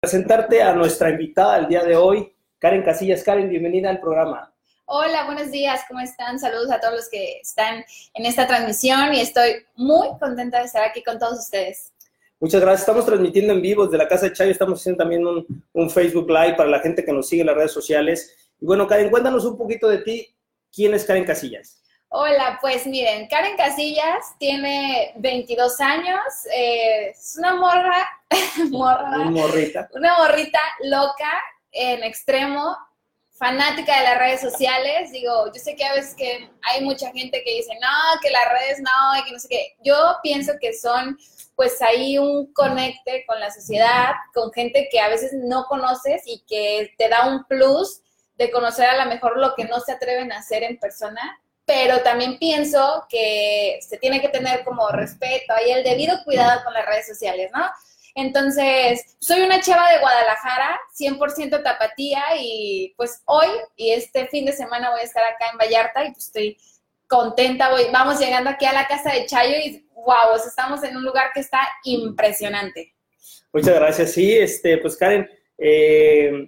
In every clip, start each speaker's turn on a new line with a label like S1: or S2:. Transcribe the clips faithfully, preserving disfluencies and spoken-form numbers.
S1: Presentarte a nuestra invitada el día de hoy, Karen Casillas. Karen, bienvenida al programa.
S2: Hola, buenos días, ¿cómo están? Saludos a todos los que están en esta transmisión y estoy muy contenta de estar aquí con todos ustedes.
S1: Muchas gracias. Estamos transmitiendo en vivo desde la Casa de Chayo. Estamos haciendo también un, un Facebook Live para la gente que nos sigue en las redes sociales. Y bueno, Karen, cuéntanos un poquito de ti. ¿Quién es Karen Casillas?
S2: Hola, pues miren, Karen Casillas tiene veintidós años, eh, es una morra, morra,
S1: Una morrita.
S2: Una morrita loca en extremo, fanática de las redes sociales. Digo, yo sé que a veces que hay mucha gente que dice, no, que las redes no, y que no sé qué. Yo pienso que son, pues, ahí un conecte con la sociedad, con gente que a veces no conoces y que te da un plus de conocer a lo mejor lo que no se atreven a hacer en persona. Pero también pienso que se tiene que tener como respeto y el debido cuidado con las redes sociales, ¿no? Entonces, soy una chava de Guadalajara, cien por ciento tapatía, y pues hoy y este fin de semana voy a estar acá en Vallarta y pues estoy contenta. Voy, vamos llegando aquí a la Casa de Chayo y wow, estamos en un lugar que está impresionante.
S1: Muchas gracias. Sí, este, pues Karen, eh,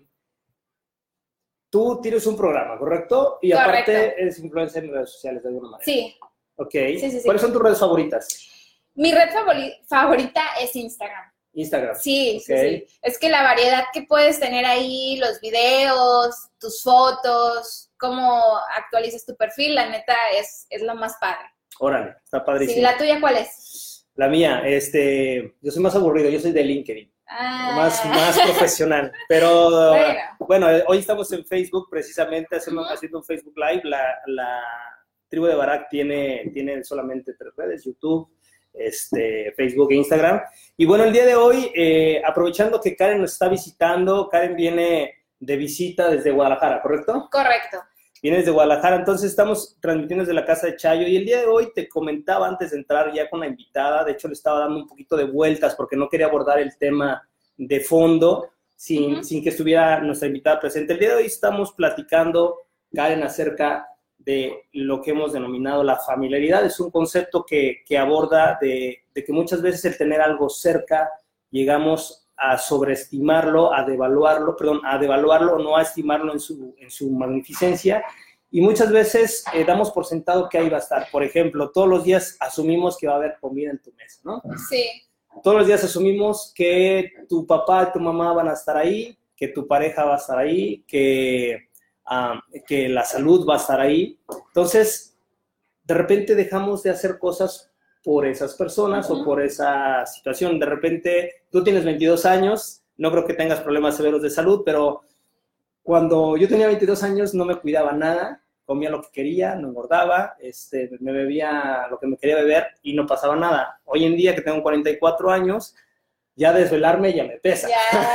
S1: tú tienes un programa, ¿correcto? Y
S2: Correcto.
S1: Aparte eres influencer en redes sociales de alguna manera.
S2: Sí.
S1: Ok.
S2: Sí, sí, sí.
S1: ¿Cuáles son tus redes favoritas?
S2: Mi red favori- favorita es Instagram.
S1: Instagram.
S2: Sí,
S1: Okay.
S2: sí, sí. Es que la variedad que puedes tener ahí, los videos, tus fotos, cómo actualizas tu perfil, la neta es, es lo más padre.
S1: Órale, está padrísimo.
S2: Sí, ¿la tuya cuál es?
S1: La mía, este, yo soy más aburrido, yo soy de LinkedIn.
S2: Ah.
S1: Más, más profesional. Pero
S2: bueno.
S1: bueno, hoy estamos en Facebook, precisamente hacemos, uh-huh. haciendo un Facebook Live. La, la tribu de Barak tiene, tiene solamente tres redes, YouTube, este, Facebook e Instagram. Y bueno, el día de hoy, eh, aprovechando que Karen nos está visitando, Karen viene de visita desde Guadalajara, ¿correcto?
S2: Correcto.
S1: Viene desde Guadalajara, entonces estamos transmitiendo desde la Casa de Chayo. Y el día de hoy te comentaba antes de entrar ya con la invitada, de hecho le estaba dando un poquito de vueltas porque no quería abordar el tema de fondo sin, uh-huh. sin que estuviera nuestra invitada presente. El día de hoy estamos platicando, Karen, acerca de lo que hemos denominado la familiaridad. Es un concepto que, que aborda de, de que muchas veces el tener algo cerca, llegamos a sobreestimarlo, a devaluarlo, perdón, a devaluarlo o no a estimarlo en su, en su magnificencia, y muchas veces eh, damos por sentado que ahí va a estar. Por ejemplo, todos los días asumimos que va a haber comida en tu mesa, ¿no?
S2: Sí.
S1: Todos los días asumimos que tu papá y tu mamá van a estar ahí, que tu pareja va a estar ahí, que, um, que la salud va a estar ahí. Entonces, de repente dejamos de hacer cosas por esas personas uh-huh. o por esa situación. De repente, tú tienes veintidós años, no creo que tengas problemas severos de salud, pero cuando yo tenía veintidós años no me cuidaba nada, comía lo que quería, no engordaba, este, me bebía lo que me quería beber y no pasaba nada. Hoy en día, que tengo cuarenta y cuatro años, ya desvelarme ya me pesa.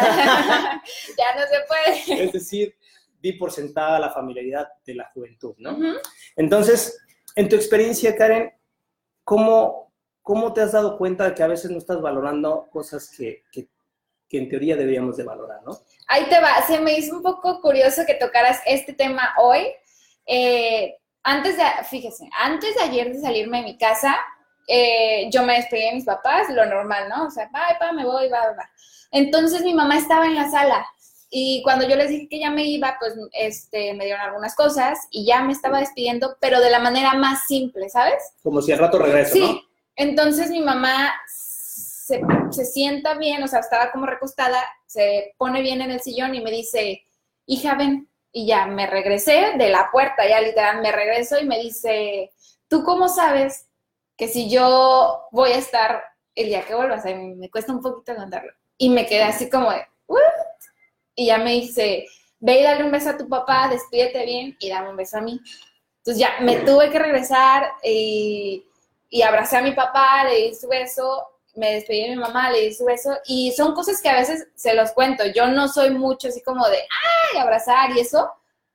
S2: Ya, ya no se puede.
S1: Es decir, di por sentada la familiaridad de la juventud, ¿no?
S2: Uh-huh.
S1: Entonces, en tu experiencia, Karen, ¿Cómo, ¿Cómo te has dado cuenta de que a veces no estás valorando cosas que, que, que en teoría deberíamos de valorar, ¿no?
S2: Ahí te va. Se me hizo un poco curioso que tocaras este tema hoy. Eh, antes de, fíjese, antes de ayer de salirme de mi casa, eh, yo me despedí de mis papás, lo normal, ¿no? O sea, bye, pa, me voy, va, va. Entonces mi mamá estaba en la sala. Y cuando yo les dije que ya me iba, pues este, me dieron algunas cosas y ya me estaba despidiendo, pero de la manera más simple, ¿sabes?
S1: Como si al rato regreso,
S2: sí.
S1: ¿no?
S2: Sí, entonces mi mamá se, se sienta bien, o sea, estaba como recostada, se pone bien en el sillón y me dice, hija, ven. Y ya me regresé de la puerta, ya literal me regreso y me dice, ¿tú cómo sabes que si yo voy a estar el día que vuelvas? O sea, me cuesta un poquito contarlo. Y me quedé así como de, ¿what? Y ya me dice, ve y dale un beso a tu papá, despídete bien y dame un beso a mí. Entonces ya me tuve que regresar y, y abracé a mi papá, le di su beso, me despedí de mi mamá, le di su beso. Y son cosas que a veces se los cuento. Yo no soy mucho así como de, ¡ay!, abrazar y eso.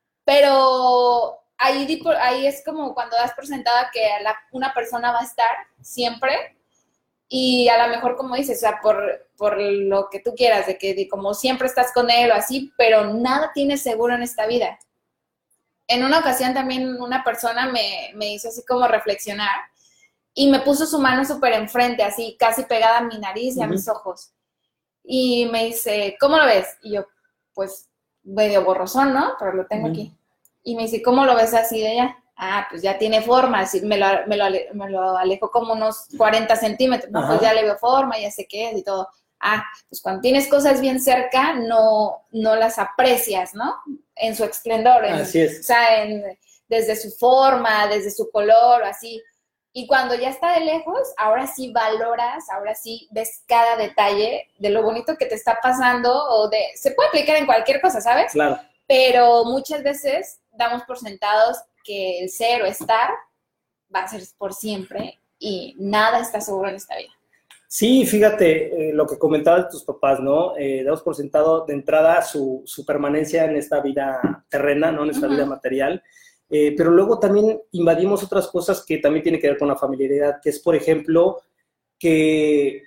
S2: Pero ahí, ahí es como cuando das por sentada que la, una persona va a estar siempre. Y a lo mejor, como dices, o sea, por, por lo que tú quieras, de que de como siempre estás con él o así, pero nada tienes seguro en esta vida. En una ocasión también una persona me, me hizo así como reflexionar y me puso su mano súper enfrente, así casi pegada a mi nariz y a uh-huh. mis ojos. Y me dice, ¿cómo lo ves? Y yo, pues, medio borrosón, ¿no? Pero lo tengo uh-huh. aquí. Y me dice, ¿cómo lo ves así de ella? Ah, pues ya tiene forma, así, me, lo, me, lo, me lo alejo como unos cuarenta centímetros, ¿no? Pues ya le veo forma, ya sé qué es y todo. Ah, pues cuando tienes cosas bien cerca, no, no las aprecias, ¿no? En su esplendor. En,
S1: así es.
S2: O sea, en, desde su forma, desde su color, así. Y cuando ya está de lejos, ahora sí valoras, ahora sí ves cada detalle de lo bonito que te está pasando o de... Se puede aplicar en cualquier cosa, ¿sabes?
S1: Claro.
S2: Pero muchas veces damos por sentados que el ser o estar va a ser por siempre y nada está seguro en esta vida.
S1: Sí, fíjate, eh, lo que comentaban tus papás, ¿no? Eh, damos por sentado de entrada su, su permanencia en esta vida terrena, ¿no? En esta uh-huh. vida material. Eh, pero luego también invadimos otras cosas que también tienen que ver con la familiaridad, que es, por ejemplo, que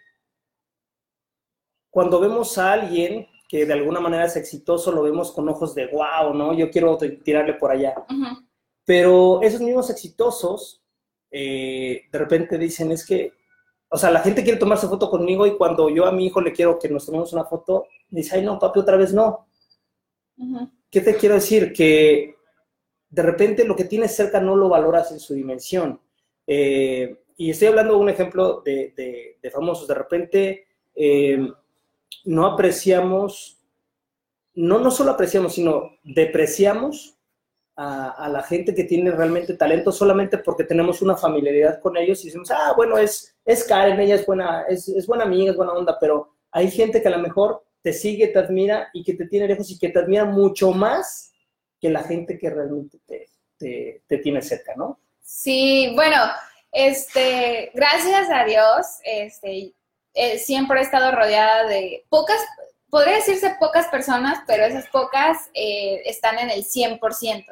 S1: cuando vemos a alguien que de alguna manera es exitoso, lo vemos con ojos de wow, ¿no? Yo quiero tirarle por allá. Uh-huh. Pero esos mismos exitosos, eh, de repente dicen, es que, o sea, la gente quiere tomarse foto conmigo y cuando yo a mi hijo le quiero que nos tomemos una foto, dice, ay, no, papi, otra vez no. Uh-huh. ¿Qué te quiero decir? Que de repente lo que tienes cerca no lo valoras en su dimensión. Eh, y estoy hablando de un ejemplo de, de, de famosos. De repente eh, no apreciamos, no, no solo apreciamos, sino depreciamos a, a la gente que tiene realmente talento solamente porque tenemos una familiaridad con ellos y decimos, ah, bueno, es, es Karen, ella es buena, es, es buena amiga, es buena onda, pero hay gente que a lo mejor te sigue, te admira y que te tiene lejos y que te admira mucho más que la gente que realmente te, te, te tiene cerca, ¿no?
S2: Sí, bueno, este, gracias a Dios, este, eh, siempre he estado rodeada de pocas, podría decirse pocas personas, pero esas pocas eh, están en el cien por ciento.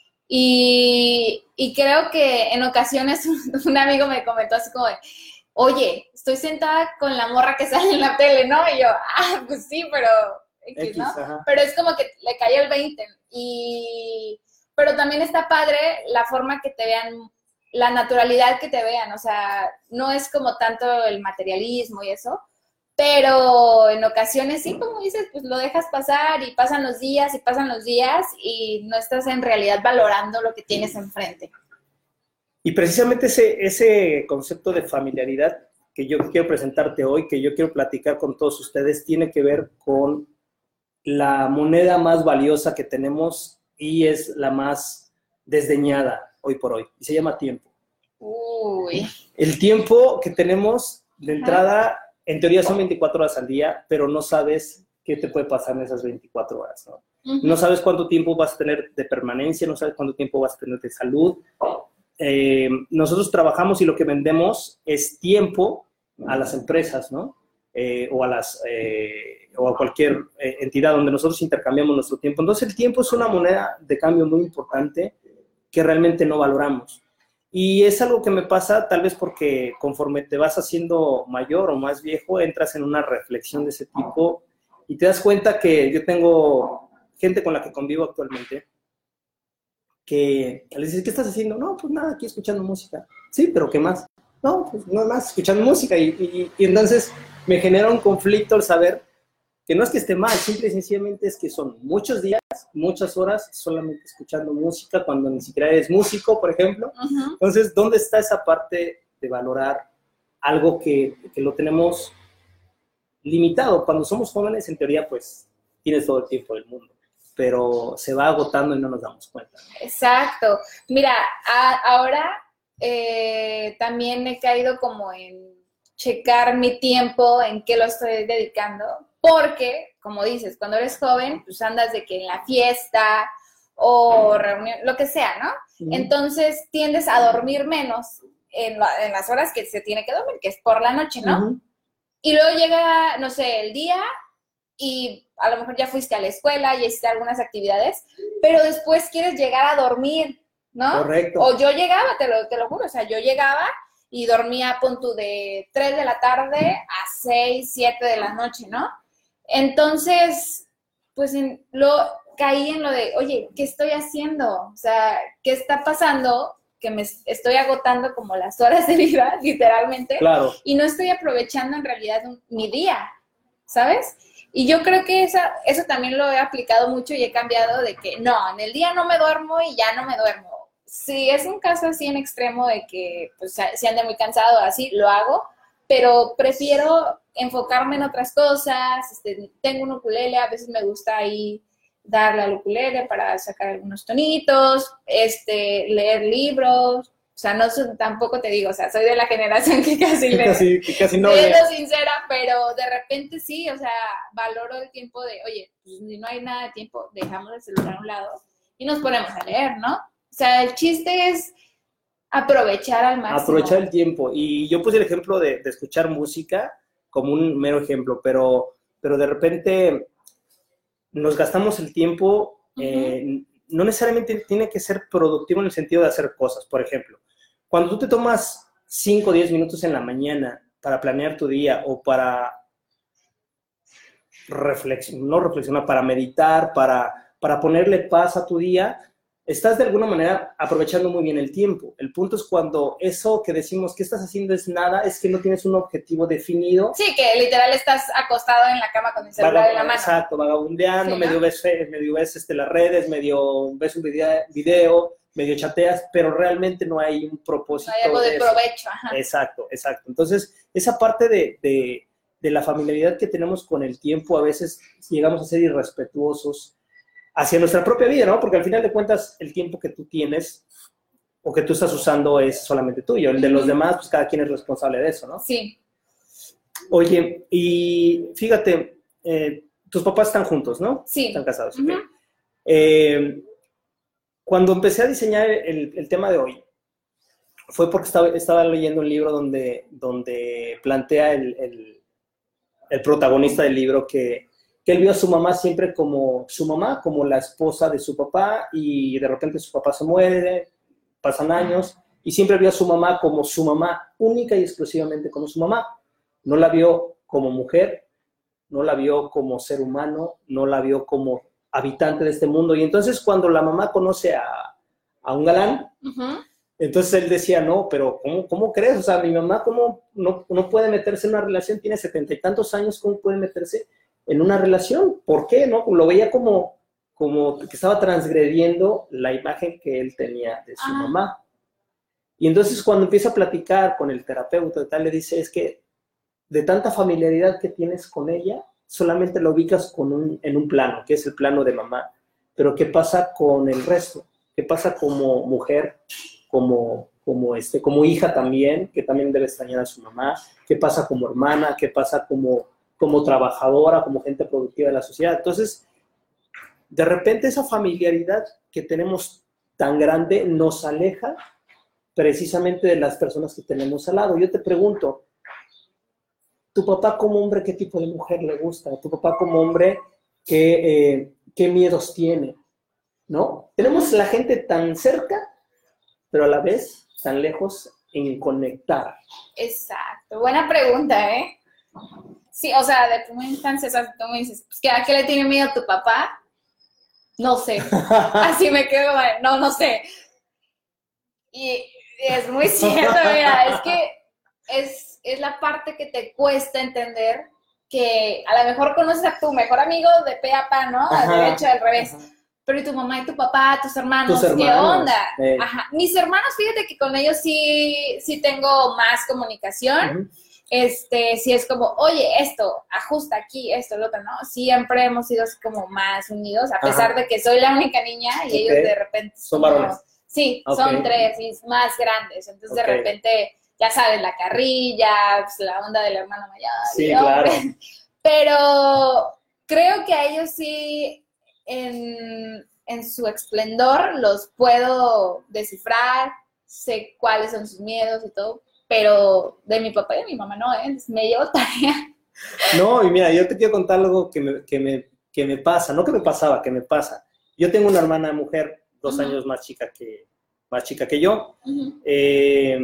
S2: Y, y creo que en ocasiones un, un amigo me comentó así como de, oye, estoy sentada con la morra que sale en la tele, ¿no? Y yo, ah, pues sí, pero... X, ¿no? X, pero es como que le cayó el veinte. Y, pero también está padre la forma que te vean, la naturalidad que te vean, o sea, no es como tanto el materialismo y eso, pero en ocasiones sí, como dices, pues lo dejas pasar y pasan los días y pasan los días y no estás en realidad valorando lo que tienes enfrente.
S1: Y precisamente ese, ese concepto de familiaridad que yo quiero presentarte hoy, que yo quiero platicar con todos ustedes, tiene que ver con la moneda más valiosa que tenemos y es la más desdeñada hoy por hoy, y se llama tiempo.
S2: Uy.
S1: El tiempo que tenemos de entrada, en teoría son veinticuatro horas al día, pero no sabes qué te puede pasar en esas veinticuatro horas, ¿no? Uh-huh. No sabes cuánto tiempo vas a tener de permanencia, no sabes cuánto tiempo vas a tener de salud. Eh, nosotros trabajamos y lo que vendemos es tiempo a las empresas, ¿no? Eh, o a las... Eh, o a cualquier eh, entidad donde nosotros intercambiamos nuestro tiempo. Entonces el tiempo es una moneda de cambio muy importante que realmente no valoramos. Y es algo que me pasa tal vez porque conforme te vas haciendo mayor o más viejo, entras en una reflexión de ese tipo y te das cuenta que yo tengo gente con la que convivo actualmente que le dices, ¿qué estás haciendo? No, pues nada, aquí escuchando música. Sí, pero ¿qué más? No, pues no más, escuchando música. Y, y, y entonces me genera un conflicto el saber que no es que esté mal, simple y sencillamente es que son muchos días, muchas horas solamente escuchando música cuando ni siquiera eres músico, por ejemplo. Uh-huh. Entonces, ¿dónde está esa parte de valorar algo que, que lo tenemos limitado? Cuando somos jóvenes, en teoría, pues, tienes todo el tiempo del mundo, pero se va agotando y no nos damos cuenta.
S2: Exacto. Mira, a, ahora eh, también he caído como en checar mi tiempo, en qué lo estoy dedicando. Porque, como dices, cuando eres joven, pues andas de que en la fiesta o reunión, lo que sea, ¿no? Uh-huh. Entonces tiendes a dormir menos en, la, en las horas que se tiene que dormir, que es por la noche, ¿no? Uh-huh. Y luego llega, no sé, el día y a lo mejor ya fuiste a la escuela y hiciste algunas actividades, pero después quieres llegar a dormir, ¿no?
S1: Correcto.
S2: O yo llegaba, te lo, te lo juro, o sea, yo llegaba y dormía, pon tú, de tres de la tarde a seis, siete de la noche, ¿no? Entonces, pues en, lo, caí en lo de, oye, ¿qué estoy haciendo? O sea, ¿qué está pasando? Que me estoy agotando como las horas de vida, literalmente.
S1: Claro.
S2: Y no estoy aprovechando en realidad un, mi día, ¿sabes? Y yo creo que esa, eso también lo he aplicado mucho y he cambiado de que no, en el día no me duermo y ya no me duermo. Si es un caso así en extremo de que pues, si ande muy cansado así, lo hago, pero prefiero enfocarme en otras cosas. Este, tengo un ukulele, a veces me gusta ahí darle al ukulele para sacar algunos tonitos, este, leer libros. O sea, no soy, tampoco te digo, o sea, soy de la generación que casi
S1: Que
S2: le...
S1: casi, que casi no
S2: siendo
S1: lee.
S2: sincera, pero de repente sí, o sea, valoro el tiempo de, oye, pues si no hay nada de tiempo, dejamos el celular a un lado y nos ponemos a leer, ¿no? O sea, el chiste es aprovechar al máximo.
S1: Aprovechar el tiempo. Y yo puse el ejemplo de, de escuchar música como un mero ejemplo, pero, pero de repente nos gastamos el tiempo, uh-huh. eh, no necesariamente tiene que ser productivo en el sentido de hacer cosas. Por ejemplo, cuando tú te tomas cinco o diez minutos en la mañana para planear tu día o para reflexionar, no reflexionar, para meditar, para, para ponerle paz a tu día, estás de alguna manera aprovechando muy bien el tiempo. El punto es cuando eso que decimos que estás haciendo es nada, es que no tienes un objetivo definido.
S2: Sí, que literal estás acostado en la cama con el celular Vaga, en la mano.
S1: Exacto, vagabundeando, sí, ¿no? medio ves, medio ves este, las redes, medio ves un video, video, medio chateas, pero realmente no hay un propósito.
S2: No hay algo de, de provecho. Ajá.
S1: Exacto, exacto. Entonces, esa parte de, de, de la familiaridad que tenemos con el tiempo, a veces llegamos a ser irrespetuosos hacia nuestra propia vida, ¿no? Porque al final de cuentas, el tiempo que tú tienes o que tú estás usando es solamente tuyo. El de los demás, pues cada quien es responsable de eso, ¿no?
S2: Sí.
S1: Oye, y fíjate, eh, tus papás están juntos, ¿no?
S2: Sí.
S1: Están casados.
S2: Uh-huh.
S1: Okay. Eh, cuando empecé a diseñar el, el tema de hoy, fue porque estaba, estaba leyendo un libro donde, donde plantea el, el, el protagonista del libro que que él vio a su mamá siempre como su mamá, como la esposa de su papá, y de repente su papá se muere, pasan años, y siempre vio a su mamá como su mamá, única y exclusivamente como su mamá. No la vio como mujer, no la vio como ser humano, no la vio como habitante de este mundo. Y entonces cuando la mamá conoce a, a un galán, uh-huh. entonces él decía, no, pero ¿cómo, cómo crees? O sea, mi mamá, ¿cómo no, no puede meterse en una relación? Tiene setenta y tantos años, ¿cómo puede meterse en una relación? ¿Por qué? ¿No? Lo veía como, como que estaba transgrediendo la imagen que él tenía de su ah. mamá. Y entonces cuando empieza a platicar con el terapeuta y tal, le dice, es que de tanta familiaridad que tienes con ella, solamente lo ubicas con un, en un plano, que es el plano de mamá. Pero ¿qué pasa con el resto? ¿Qué pasa como mujer, como, como, este, como hija también, que también debe extrañar a su mamá? ¿Qué pasa como hermana? ¿Qué pasa como... como trabajadora, como gente productiva de la sociedad? Entonces, de repente esa familiaridad que tenemos tan grande nos aleja precisamente de las personas que tenemos al lado. Yo te pregunto, ¿tu papá como hombre qué tipo de mujer le gusta? ¿Tu papá como hombre qué, eh, qué miedos tiene? ¿No? Tenemos la gente tan cerca, pero a la vez tan lejos en conectar.
S2: Exacto. Buena pregunta, ¿eh? Sí, o sea, de primera instancia, o sea, tú me dices, pues, ¿a qué le tiene miedo tu papá? No sé. Así me quedo, no, no sé. Y es muy cierto, mira, es que es, es la parte que te cuesta entender que a lo mejor conoces a tu mejor amigo de pe a pa, ¿no? Al derecho, al revés. Ajá. Pero ¿y tu mamá y tu papá, tus hermanos?
S1: ¿Tus hermanos?
S2: ¿Qué onda?
S1: Eh.
S2: Ajá. Mis hermanos, fíjate que con ellos sí, sí tengo más comunicación. Uh-huh. Este, si es como, oye, esto, ajusta aquí, esto, lo otro, ¿no? Siempre hemos sido así como más unidos, a pesar Ajá. de que soy la única niña y okay. ellos de repente
S1: son varones.
S2: Sí, okay. son tres y más grandes, entonces okay. de repente, ya sabes, la carrilla, pues, la onda del hermano mayor.
S1: Sí, claro.
S2: Pero creo que a ellos sí, en, en su esplendor, los puedo descifrar, sé cuáles son sus miedos y todo. Pero de mi papá y de mi mamá no, ¿eh? Me llevo tarea.
S1: No, y mira, yo te quiero contar algo que me, que me, que me pasa, no que me pasaba, que me pasa. Yo tengo una hermana mujer, dos uh-huh. años más chica que, más chica que yo. Uh-huh. Eh,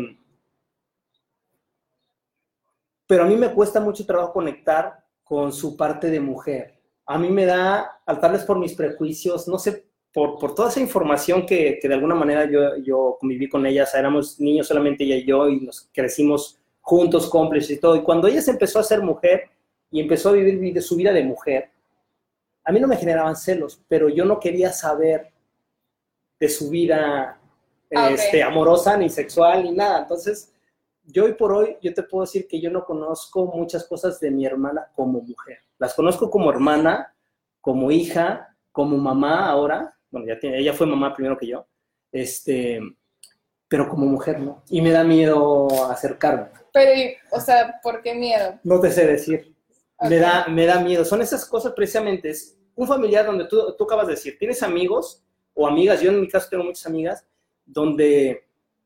S1: pero a mí me cuesta mucho trabajo conectar con su parte de mujer. A mí me da, tal vez por mis prejuicios, no sé, Por, por toda esa información que, que de alguna manera yo, yo conviví con ella, o sea, éramos niños solamente ella y yo, y nos crecimos juntos, cómplices y todo. Y cuando ella se empezó a ser mujer, y empezó a vivir su vida de mujer, a mí no me generaban celos, pero yo no quería saber de su vida
S2: Okay.
S1: este, amorosa, ni sexual, ni nada. Entonces, yo hoy por hoy, yo te puedo decir que yo no conozco muchas cosas de mi hermana como mujer. Las conozco como hermana, como hija, como mamá ahora. Bueno, ya tiene, ella fue mamá primero que yo. Este, pero como mujer, ¿no? Y me da miedo acercarme.
S2: Pero, o sea, ¿por qué miedo?
S1: No te sé decir.
S2: Okay.
S1: Me da, me da miedo. Son esas cosas precisamente. Es un familiar donde tú, tú acabas de decir, tienes amigos o amigas, yo en mi caso tengo muchas amigas, donde,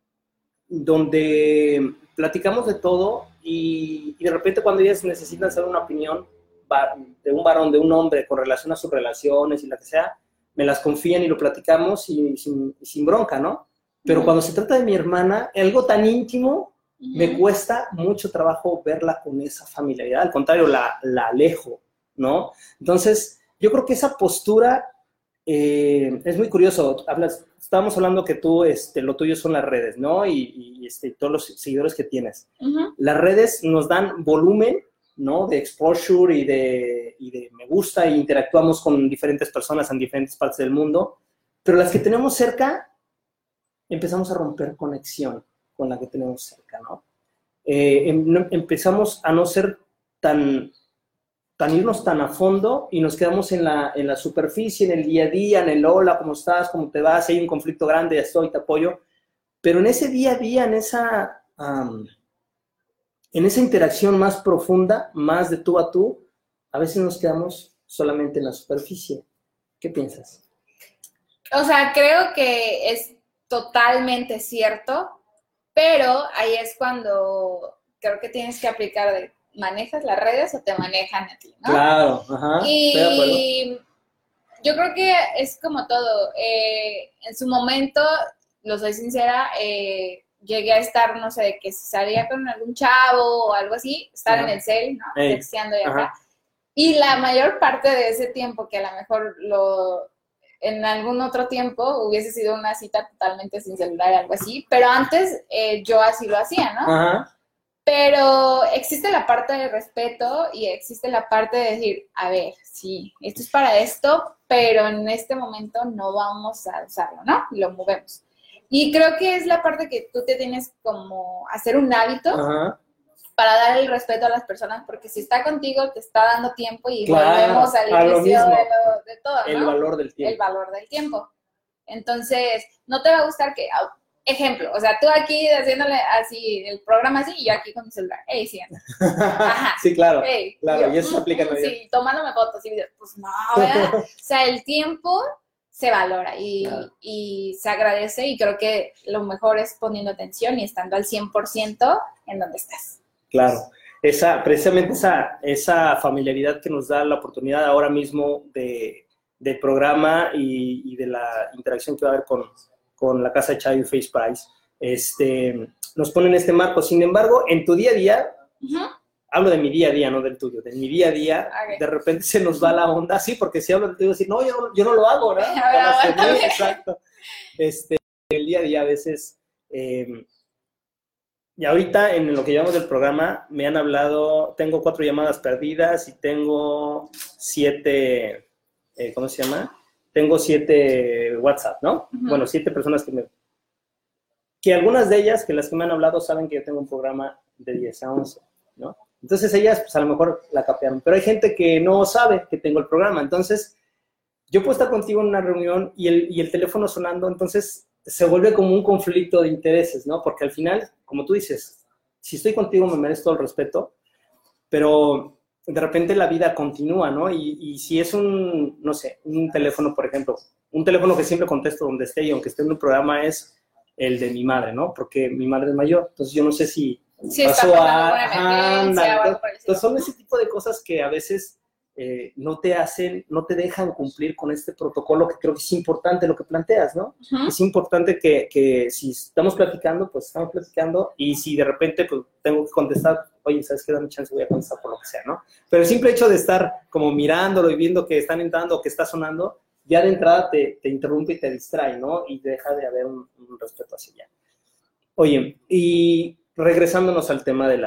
S1: donde platicamos de todo y, y de repente cuando ellas necesitan saber una opinión de un varón, de un hombre con relación a sus relaciones y la que sea, me las confían y lo platicamos y, y sin, y sin bronca, ¿no? Pero uh-huh. cuando se trata de mi hermana, algo tan íntimo, uh-huh. me cuesta mucho trabajo verla con esa familiaridad, al contrario, la, la alejo, ¿no? Entonces, yo creo que esa postura eh, es muy curioso. Hablas, estábamos hablando que tú, este, lo tuyo son las redes, ¿no? Y, y este, todos los seguidores que tienes. Uh-huh. Las redes nos dan volumen, ¿no? De exposure y de, y de me gusta y interactuamos con diferentes personas en diferentes partes del mundo, pero las que tenemos cerca empezamos a romper conexión con la que tenemos cerca, ¿no? Eh, em, empezamos a no ser tan, tan irnos tan a fondo y nos quedamos en la, en la superficie, en el día a día, en el hola, ¿cómo estás? ¿Cómo te vas? Si hay un conflicto grande, ya estoy, te apoyo. Pero en ese día a día, en esa... Um, en esa interacción más profunda, más de tú a tú, a veces nos quedamos solamente en la superficie. ¿Qué piensas?
S2: O sea, creo que es totalmente cierto, pero ahí es cuando creo que tienes que aplicar de, ¿manejas las redes o te manejan a ti, no?
S1: Claro, ajá.
S2: Y yo creo que es como todo. Eh, en su momento, lo soy sincera, eh, llegué a estar, no sé, que si salía con algún chavo o algo así, estar ajá. en el cel, ¿no? Hey. Texteando y acá. Y la mayor parte de ese tiempo, que a lo mejor lo, en algún otro tiempo hubiese sido una cita totalmente sin celular, algo así, pero antes eh, yo así lo hacía, ¿no?
S1: Ajá.
S2: Pero existe la parte de respeto y existe la parte de decir, a ver, sí, esto es para esto, pero en este momento no vamos a usarlo, ¿no? Y lo movemos. Y creo que es la parte que tú te tienes como hacer un hábito uh-huh. para dar el respeto a las personas, porque si está contigo te está dando tiempo y claro, volvemos al inicio de, lo, de todo, ¿no?
S1: El valor del tiempo.
S2: El valor del tiempo. Entonces, no te va a gustar que, ejemplo, o sea, tú aquí haciéndole así, el programa así, y yo aquí con mi celular, ey, sí.
S1: Ajá. Sí, claro, hey, claro, yo, y eso se aplica.
S2: Mm, sí, tomándome fotos y videos, pues no, ¿verdad? O sea, el tiempo se valora y, claro. y se agradece y creo que lo mejor es poniendo atención y estando al cien por ciento en donde estás.
S1: Claro, esa, precisamente esa, esa familiaridad que nos da la oportunidad ahora mismo de, del programa y, y de la interacción que va a haber con, con la Casa de Chayo y Face Price, este, nos pone en este marco. Sin embargo, en tu día a día, uh-huh. hablo de mi día a día, no del tuyo, de mi día a día, okay. de repente se nos va la onda, sí, porque si hablo del tuyo, decir, no, yo no, yo no lo hago, ¿no?
S2: A ver,
S1: mí, exacto. Este, el día a día a veces, eh, y ahorita en lo que llevamos del programa, me han hablado, tengo cuatro llamadas perdidas y tengo siete, eh, ¿cómo se llama? Tengo siete WhatsApp, ¿no? Uh-huh. Bueno, siete personas que me... Que algunas de ellas, que las que me han hablado, saben que yo tengo un programa de diez a once, ¿no? Entonces ellas, pues a lo mejor la capean. Pero hay gente que no sabe que tengo el programa. Entonces, yo puedo estar contigo en una reunión y el, y el teléfono sonando, entonces se vuelve como un conflicto de intereses, ¿no? Porque al final, como tú dices, si estoy contigo me merezco todo el respeto, pero de repente la vida continúa, ¿no? Y, y si es un, no sé, un teléfono, por ejemplo, un teléfono que siempre contesto donde esté y aunque esté en un programa es el de mi madre, ¿no? Porque mi madre es mayor, entonces yo no sé si...
S2: Sí, pasó a... Ajá,
S1: entonces, entonces son ese tipo de cosas que a veces eh, no te hacen, no te dejan cumplir con este protocolo que creo que es importante lo que planteas, ¿no? Uh-huh. Es importante que, que si estamos platicando, pues estamos platicando y si de repente pues tengo que contestar, oye, ¿sabes qué? Dame chance, voy a contestar por lo que sea, ¿no? Pero el simple hecho de estar como mirándolo y viendo que están entrando o que está sonando, ya de entrada te, te interrumpe y te distrae, ¿no? Y deja de haber un, un respeto hacia allá. Oye, y regresándonos al tema de la,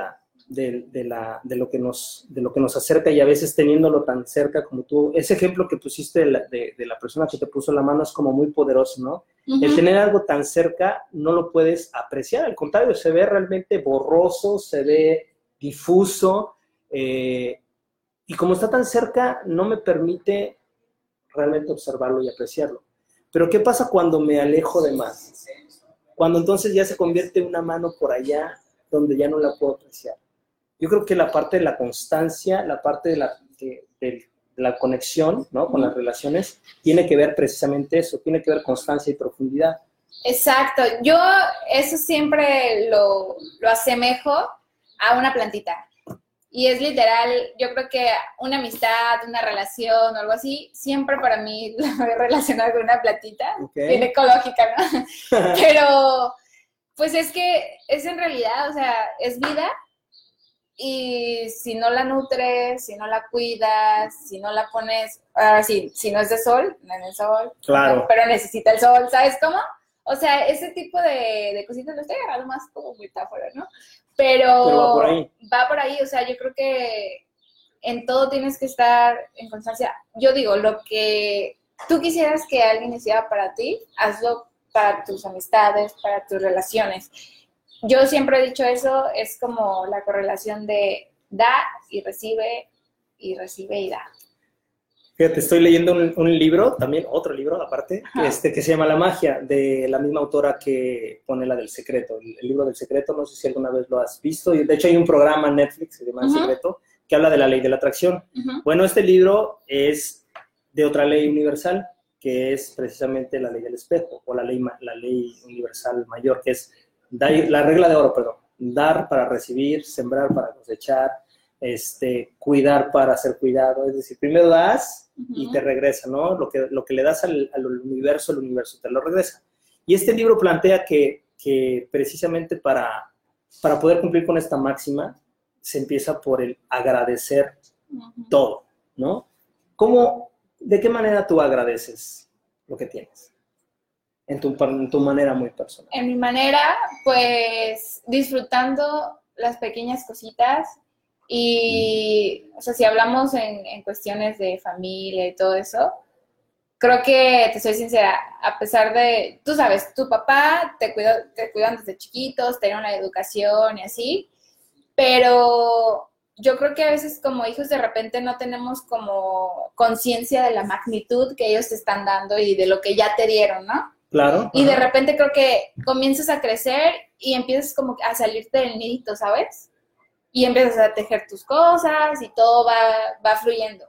S1: de, de, la, de, lo que nos, de lo que nos acerca y a veces teniéndolo tan cerca como tú. Ese ejemplo que pusiste de la, de, de la persona que te puso la mano es como muy poderoso, ¿no? Uh-huh. El tener algo tan cerca no lo puedes apreciar, al contrario, se ve realmente borroso, se ve difuso, eh, y como está tan cerca, no me permite realmente observarlo y apreciarlo. Pero ¿qué pasa cuando me alejo de más? Cuando entonces ya se convierte una mano por allá donde ya no la puedo apreciar. Yo creo que la parte de la constancia, la parte de la, de, de la conexión, ¿no?, con las relaciones, tiene que ver precisamente eso, tiene que ver constancia y profundidad.
S2: Exacto. Yo eso siempre lo, lo asemejo a una plantita. Y es literal, yo creo que una amistad, una relación o algo así, siempre para mí lo voy a relacionar con una plantita, okay, bien ecológica, ¿no? Pero, pues es que es en realidad, o sea, es vida. Y si no la nutres, si no la cuidas, si no la pones, uh, sí, si no es de sol, no es de sol,
S1: claro,
S2: pero necesita el sol, ¿sabes cómo? O sea, ese tipo de, de cositas lo estoy agarrando más como metáfora, ¿no? Pero,
S1: pero va por ahí.
S2: Va por ahí, o sea, yo creo que en todo tienes que estar en constancia. Yo digo, lo que tú quisieras que alguien hiciera para ti, hazlo para tus amistades, para tus relaciones. Yo siempre he dicho eso, es como la correlación de da y recibe, y recibe y da.
S1: Fíjate, estoy leyendo un, un libro, también otro libro aparte, este, que se llama La Magia, de la misma autora que pone la del Secreto. El, el libro del Secreto, no sé si alguna vez lo has visto. De hecho, hay un programa en Netflix, se llama El uh-huh. Secreto, que habla de la ley de la atracción. Uh-huh. Bueno, este libro es de otra ley universal, que es precisamente la ley del espejo, o la ley, la ley universal mayor, que es la regla de oro, perdón, dar para recibir, sembrar para cosechar, este, cuidar para ser cuidado. Es decir, primero das uh-huh. y te regresa, ¿no? Lo que, lo que le das al, al universo, el universo te lo regresa. Y este libro plantea que, que precisamente para, para poder cumplir con esta máxima, se empieza por el agradecer uh-huh. todo, ¿no? ¿Cómo, de qué manera tú agradeces lo que tienes? En tu, en tu manera muy personal.
S2: En mi manera, pues, disfrutando las pequeñas cositas y, o sea, si hablamos en, en cuestiones de familia y todo eso, creo que, te soy sincera, a pesar de, tú sabes, tu papá te cuidó, te cuidan desde chiquitos, te dieron la educación y así, pero yo creo que a veces como hijos de repente no tenemos como conciencia de la magnitud que ellos te están dando y de lo que ya te dieron, ¿no?
S1: Claro.
S2: Y de repente creo que comienzas a crecer y empiezas como a salirte del nidito, ¿sabes? Y empiezas a tejer tus cosas y todo va, va fluyendo.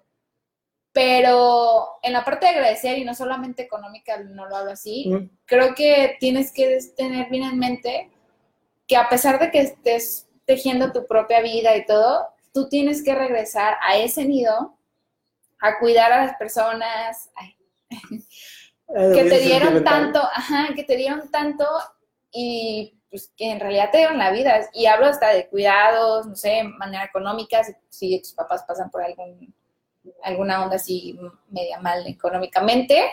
S2: Pero en la parte de agradecer, y no solamente económica, no lo hablo así, mm. creo que tienes que tener bien en mente que a pesar de que estés tejiendo tu propia vida y todo, tú tienes que regresar a ese nido, a cuidar a las personas, ay, que te dieron tanto, ajá, que te dieron tanto y pues que en realidad te dieron la vida. Y hablo hasta de cuidados, no sé, manera económica, si, si tus papás pasan por algún, alguna onda así media mal económicamente.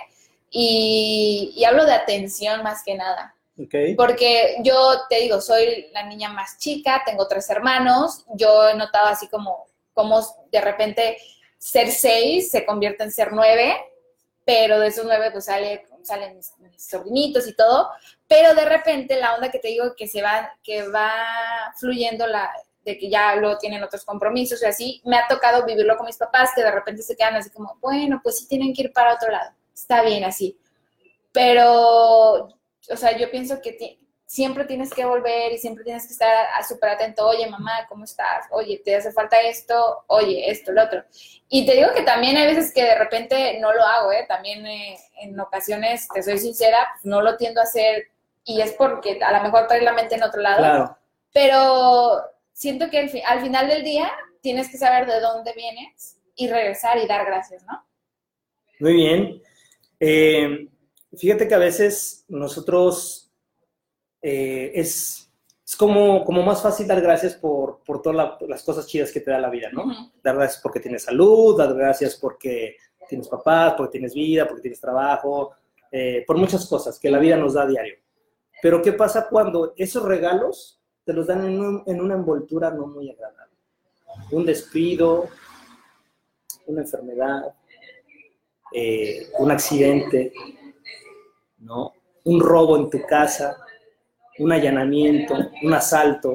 S2: Y, y hablo de atención más que nada.
S1: Okay.
S2: Porque yo te digo, soy la niña más chica, tengo tres hermanos, yo he notado así como, como de repente ser seis se convierte en ser nueve, pero de esos nueve pues sale, salen mis, mis sobrinitos y todo, pero de repente la onda que te digo que se va, que va fluyendo la, de que ya luego tienen otros compromisos y así, me ha tocado vivirlo con mis papás, que de repente se quedan así como, bueno, pues sí tienen que ir para otro lado, está bien así, pero, o sea, yo pienso que ti- siempre tienes que volver y siempre tienes que estar súper atento, oye, mamá, ¿cómo estás? Oye, ¿te hace falta esto? Oye, esto, lo otro. Y te digo que también hay veces que de repente no lo hago, ¿eh? También eh, en ocasiones, te soy sincera, pues no lo tiendo a hacer y es porque a lo mejor traes la mente en otro lado.
S1: Claro.
S2: Pero siento que al, fi- al final del día tienes que saber de dónde vienes y regresar y dar gracias, ¿no?
S1: Muy bien. Eh, fíjate que a veces nosotros eh, es, es como, como más fácil dar gracias por, por todas la, las cosas chidas que te da la vida, ¿no? Uh-huh. Dar gracias porque tienes salud, dar gracias porque tienes papás, porque tienes vida, porque tienes trabajo, eh, por muchas cosas que la vida nos da a diario. Pero ¿qué pasa cuando esos regalos te los dan en, un, en una envoltura no muy agradable. Un despido, una enfermedad, eh, un accidente, ¿no? Un robo en tu casa, un allanamiento, un asalto.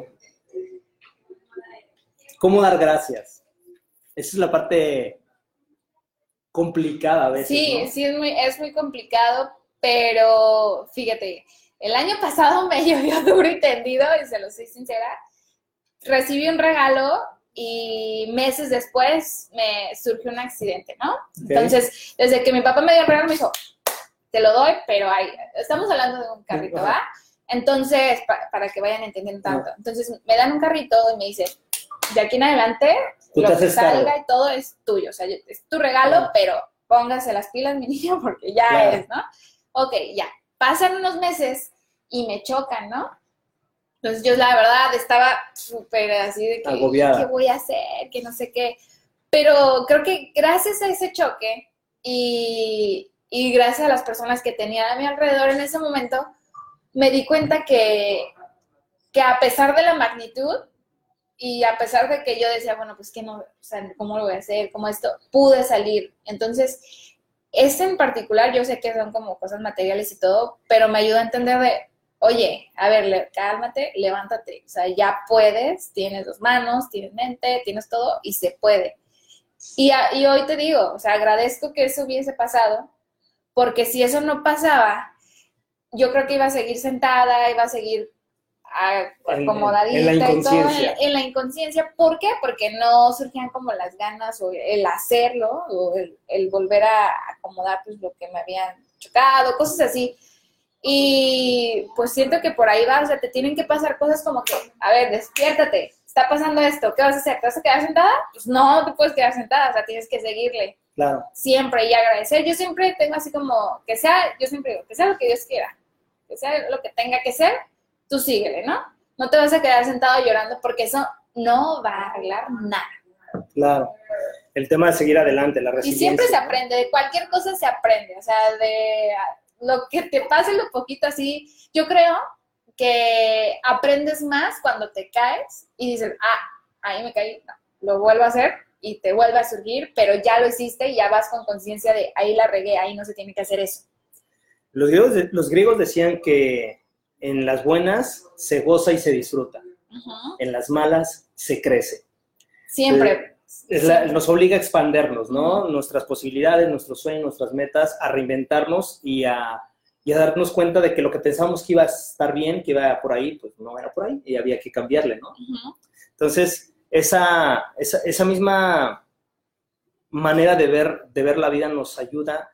S1: ¿Cómo dar gracias? Esa es la parte complicada a veces,
S2: Sí,
S1: ¿no?
S2: sí, es muy, es muy complicado, pero fíjate, el año pasado me llovió duro y tendido, y se lo soy sincera. Recibí un regalo y meses después me surgió un accidente, ¿no? Okay. Entonces, desde que mi papá me dio el regalo, me dijo, te lo doy, pero hay, estamos hablando de un carrito, ¿va? Entonces, pa, para que vayan entendiendo tanto. Entonces, me dan un carrito y me dice, de aquí en adelante, lo que salga cargo. Y todo es tuyo. O sea, es tu regalo, ah. pero póngase las pilas, mi niño, porque ya claro. es, ¿no? Ok, ya. Pasan unos meses y me chocan, ¿no? Entonces, yo la verdad estaba súper así de que,
S1: agobiada.
S2: ¿Qué voy a hacer? Que no sé qué. Pero creo que gracias a ese choque y, y gracias a las personas que tenía a mi alrededor en ese momento, me di cuenta que, que a pesar de la magnitud, y a pesar de que yo decía, bueno, pues que no, o sea, ¿cómo lo voy a hacer? ¿Cómo esto? Pude salir. Entonces, este en particular, yo sé que son como cosas materiales y todo, pero me ayuda a entender de, oye, a ver, le, cálmate, levántate. O sea, ya puedes, tienes dos manos, tienes mente, tienes todo y se puede. Y, a, y hoy te digo, o sea, agradezco que eso hubiese pasado, porque si eso no pasaba, yo creo que iba a seguir sentada, iba a seguir acomodadita
S1: en, en la
S2: y todo en, en la inconsciencia. ¿Por qué? Porque no surgían como las ganas o el hacerlo o el, el volver a acomodar pues lo que me habían chocado, cosas así. Y pues siento que por ahí va, o sea, te tienen que pasar cosas como que, a ver, despiértate, está pasando esto, ¿qué vas a hacer? ¿Te vas a quedar sentada? Pues no, te puedes quedar sentada, o sea, tienes que seguirle.
S1: Claro.
S2: Siempre y agradecer. Yo siempre tengo así como, que sea, yo siempre digo, que sea lo que Dios quiera, que sea lo que tenga que ser, tú síguele, ¿no? No te vas a quedar sentado llorando porque eso no va a arreglar nada.
S1: Claro. El tema de seguir adelante, la resiliencia.
S2: Y siempre se aprende, de cualquier cosa se aprende, o sea, de lo que te pase lo poquito así. Yo creo que aprendes más cuando te caes y dices, ah, ahí me caí, no, lo vuelvo a hacer y te vuelve a surgir, pero ya lo hiciste y ya vas con conciencia de ahí la regué, ahí no se tiene que hacer eso.
S1: Los griegos, los griegos decían que en las buenas se goza y se disfruta. Uh-huh. En las malas se crece.
S2: Siempre.
S1: Es la, nos obliga a expandernos, ¿no? Uh-huh. Nuestras posibilidades, nuestros sueños, nuestras metas, a reinventarnos y a, y a darnos cuenta de que lo que pensamos que iba a estar bien, que iba por ahí, pues no era por ahí y había que cambiarle, ¿no? Uh-huh. Entonces, esa, esa, esa misma manera de ver, de ver la vida nos ayuda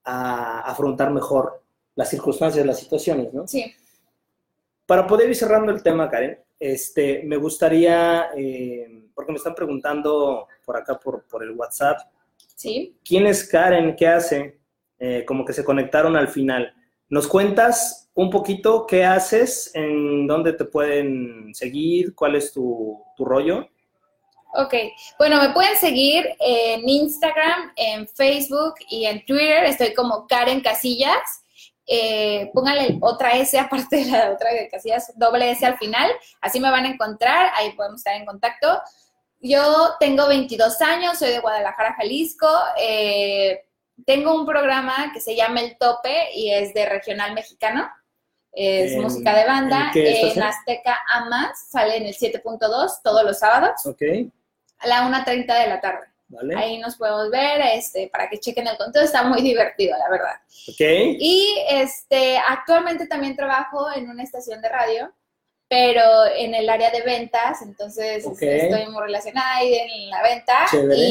S1: a afrontar mejor las circunstancias, las situaciones, ¿no?
S2: Sí.
S1: Para poder ir cerrando el tema, Karen, este, me gustaría, eh, porque me están preguntando por acá, por, por el WhatsApp,
S2: ¿sí?
S1: ¿Quién es Karen? ¿Qué hace? Eh, como que se conectaron al final. ¿Nos cuentas un poquito qué haces? ¿En dónde te pueden seguir? ¿Cuál es tu, tu rollo?
S2: Ok, bueno, me pueden seguir en Instagram, en Facebook y en Twitter. Estoy como Karen Casillas. Eh, pónganle otra S aparte de la otra de Casillas, doble S al final, así me van a encontrar, ahí podemos estar en contacto. Yo tengo veintidós años, soy de Guadalajara, Jalisco, eh, tengo un programa que se llama El Tope y es de regional mexicano, es en, música de banda, ¿en, en Azteca A más, sale en el siete punto dos todos los sábados,
S1: okay.
S2: a la una treinta de la tarde. Vale. Ahí nos podemos ver, este, para que chequen el contenido, está muy divertido, la verdad.
S1: Okay.
S2: Y este, actualmente también trabajo en una estación de radio, pero en el área de ventas, entonces okay. estoy muy relacionada ahí en la venta.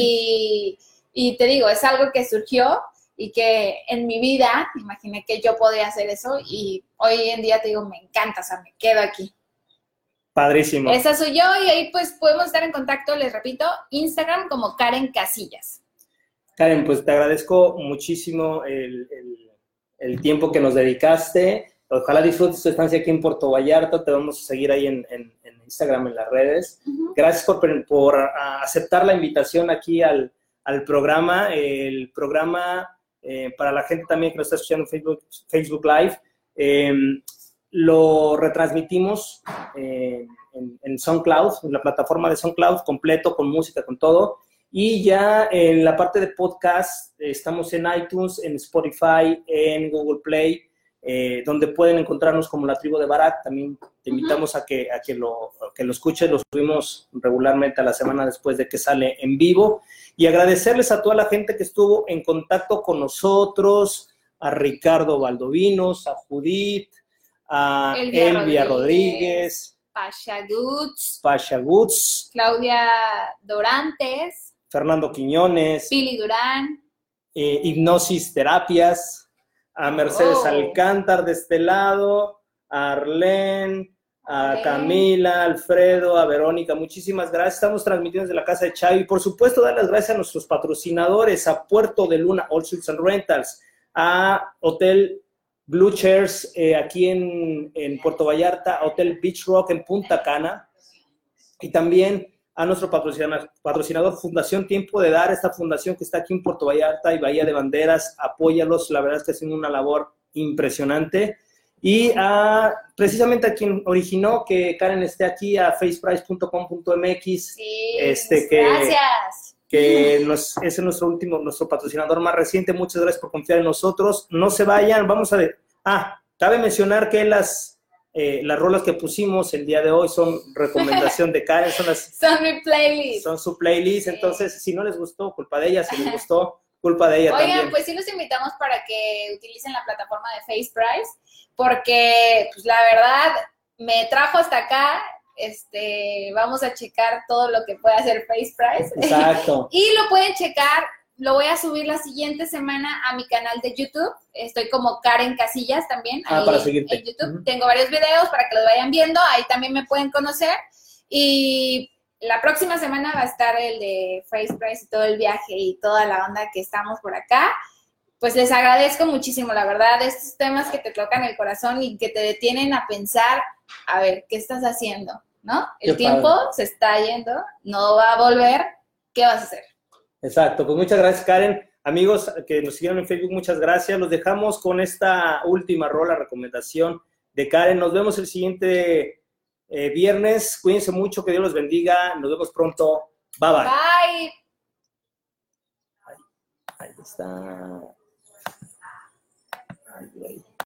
S2: Y, y te digo, es algo que surgió y que en mi vida me imaginé que yo podía hacer eso y hoy en día te digo, me encanta, o sea, me quedo aquí.
S1: Padrísimo.
S2: Esa soy yo y ahí pues podemos estar en contacto, les repito, Instagram como Karen Casillas.
S1: Karen, pues te agradezco muchísimo el, el, el tiempo que nos dedicaste. Ojalá disfrutes tu estancia aquí en Puerto Vallarta. Te vamos a seguir ahí en, en, en Instagram, en las redes. Uh-huh. Gracias por, por aceptar la invitación aquí al, al programa. El programa, eh, para la gente también que nos está escuchando en Facebook, Facebook Live, eh, lo retransmitimos eh, en, en SoundCloud, en la plataforma de SoundCloud, completo, con música, con todo. Y ya en la parte de podcast, eh, estamos en iTunes, en Spotify, en Google Play, eh, donde pueden encontrarnos como La Tribu de Barak. También te invitamos uh-huh. a, que, a, que lo, a que lo escuches, lo subimos regularmente a la semana después de que sale en vivo. Y agradecerles a toda la gente que estuvo en contacto con nosotros, a Ricardo Valdovinos, a Judith, a Elvia, Elvia Rodríguez, Rodríguez,
S2: Pasha Goods,
S1: Pasha Goods,
S2: Claudia Dorantes,
S1: Fernando Quiñones,
S2: Pili Durán,
S1: eh, Hipnosis Terapias, a Mercedes oh. Alcántar de este lado, a Arlene, a okay. Camila, Alfredo, a Verónica, muchísimas gracias. Estamos transmitiendo desde la casa de Chayo y por supuesto dar las gracias a nuestros patrocinadores, a Puerto de Luna, All Suites and Rentals, a Hotel Blue Chairs eh, aquí en, en Puerto Vallarta, Hotel Beach Rock en Punta Cana, y también a nuestro patrocinador, patrocinador Fundación Tiempo de Dar, esta fundación que está aquí en Puerto Vallarta y Bahía de Banderas. Apóyalos, la verdad es que hacen una labor impresionante. Y a, precisamente a quien originó que Karen esté aquí, a faceprice punto com punto m x.
S2: Sí,
S1: este, que,
S2: gracias.
S1: Que nos, ese es nuestro último, nuestro patrocinador más reciente. Muchas gracias por confiar en nosotros. No se vayan, vamos a ver. Ah, cabe mencionar que las, eh, las rolas que pusimos el día de hoy son recomendación de Karen, son las...
S2: Son mi playlist.
S1: Son su playlist, sí. Entonces, si no les gustó, culpa de ella, si les gustó, culpa de ella.
S2: Oigan,
S1: también.
S2: Oigan, pues sí los invitamos para que utilicen la plataforma de FacePrice, porque, pues, la verdad, me trajo hasta acá. Este, vamos a checar todo lo que puede hacer FacePrice.
S1: Exacto.
S2: Y lo pueden checar, lo voy a subir la siguiente semana a mi canal de YouTube. Estoy como Karen Casillas también.
S1: Ah,
S2: ahí
S1: para seguirte.
S2: En YouTube.
S1: Uh-huh.
S2: Tengo varios videos para que los vayan viendo. Ahí también me pueden conocer. Y la próxima semana va a estar el de FacePrice y todo el viaje y toda la onda que estamos por acá. Pues les agradezco muchísimo, la verdad, estos temas que te tocan el corazón y que te detienen a pensar, a ver, ¿qué estás haciendo? ¿No? El
S1: Qué
S2: tiempo
S1: padre.
S2: Se está yendo, no va a volver, ¿qué vas a hacer?
S1: Exacto, pues muchas gracias, Karen. Amigos que nos siguieron en Facebook, muchas gracias. Los dejamos con esta última rola, recomendación de Karen. Nos vemos el siguiente eh, viernes. Cuídense mucho, que Dios los bendiga. Nos vemos pronto. Bye, bye.
S2: Bye.
S1: Ahí, ahí está. Ay, güey.